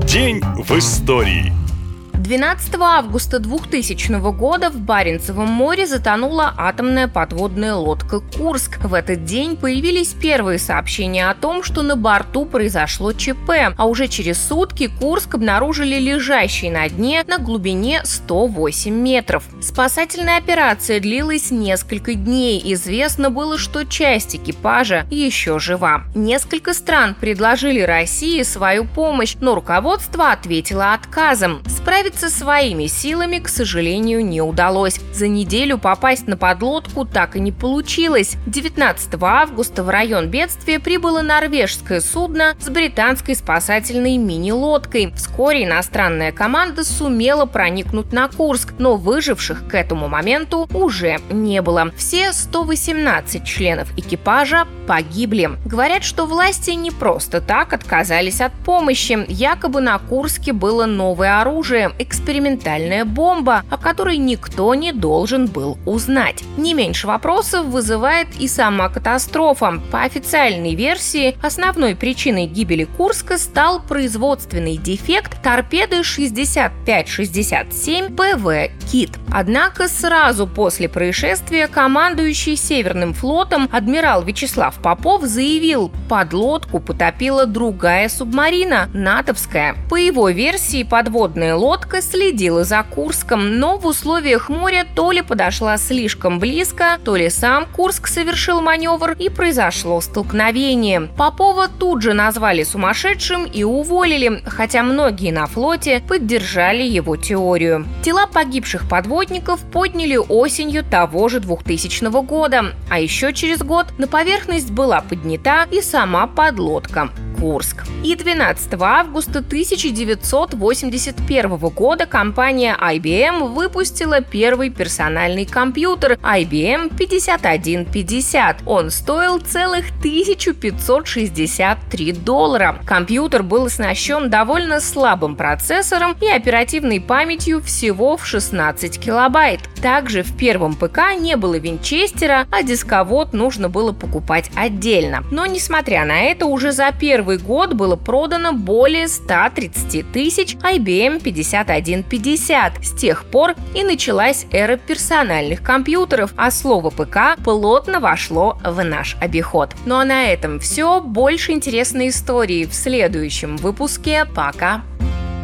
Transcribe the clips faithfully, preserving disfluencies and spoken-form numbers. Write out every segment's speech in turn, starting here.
День в истории. двенадцатого августа двухтысячного года в Баренцевом море затонула атомная подводная лодка «Курск». В этот день появились первые сообщения о том, что на борту произошло ЧП, а уже через сутки Курск обнаружили лежащий на дне на глубине сто восемь метров. Спасательная операция длилась несколько дней. Известно было, что часть экипажа еще жива. Несколько стран предложили России свою помощь, но руководство ответило отказом. Справиться своими силами, к сожалению, не удалось. За неделю попасть на подлодку так и не получилось. девятнадцатого августа в район бедствия прибыло норвежское судно с британской спасательной мини-лодкой. Вскоре иностранная команда сумела проникнуть на Курск, но выживших к этому моменту уже не было. Все сто восемнадцать членов экипажа погибли. Говорят, что власти не просто так отказались от помощи. Якобы на Курске было новое оружие – экспериментальная бомба, о которой никто не должен был узнать. Не меньше вопросов вызывает и сама катастрофа. По официальной версии, основной причиной гибели Курска стал производственный дефект торпеды шестьдесят пять шестьдесят семь ПВ «Кит». Однако сразу после происшествия командующий Северным флотом адмирал Вячеслав Попов заявил, подлодку потопила другая субмарина, натовская. По его версии, подводная лодка следила за Курском, но в условиях моря то ли подошла слишком близко, то ли сам Курск совершил маневр и произошло столкновение. Попова тут же назвали сумасшедшим и уволили, хотя многие на флоте поддержали его теорию. Тела погибших подводников подняли осенью того же двухтысячного года, а еще через год на поверхность была поднята и сама подлодка «Курск». И двенадцатого августа тысяча девятьсот восемьдесят первого года компания ай би эм выпустила первый персональный компьютер ай би эм пятьдесят один пятьдесят. Он стоил целых тысячу пятьсот шестьдесят три доллара. Компьютер был оснащен довольно слабым процессором и оперативной памятью всего в шестнадцать килобайт. Также в первом ПК не было винчестера, а дисковод нужно было покупать отдельно. Но несмотря на это, уже за первый год было продано более ста тридцати тысяч ай би эм пятьдесят один пятьдесят. С тех пор и началась эра персональных компьютеров, а слово ПК плотно вошло в наш обиход. Ну а на этом все. Больше интересной истории в следующем выпуске. Пока!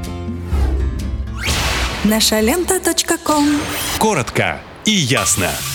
наша лента точка ком. Коротко и ясно.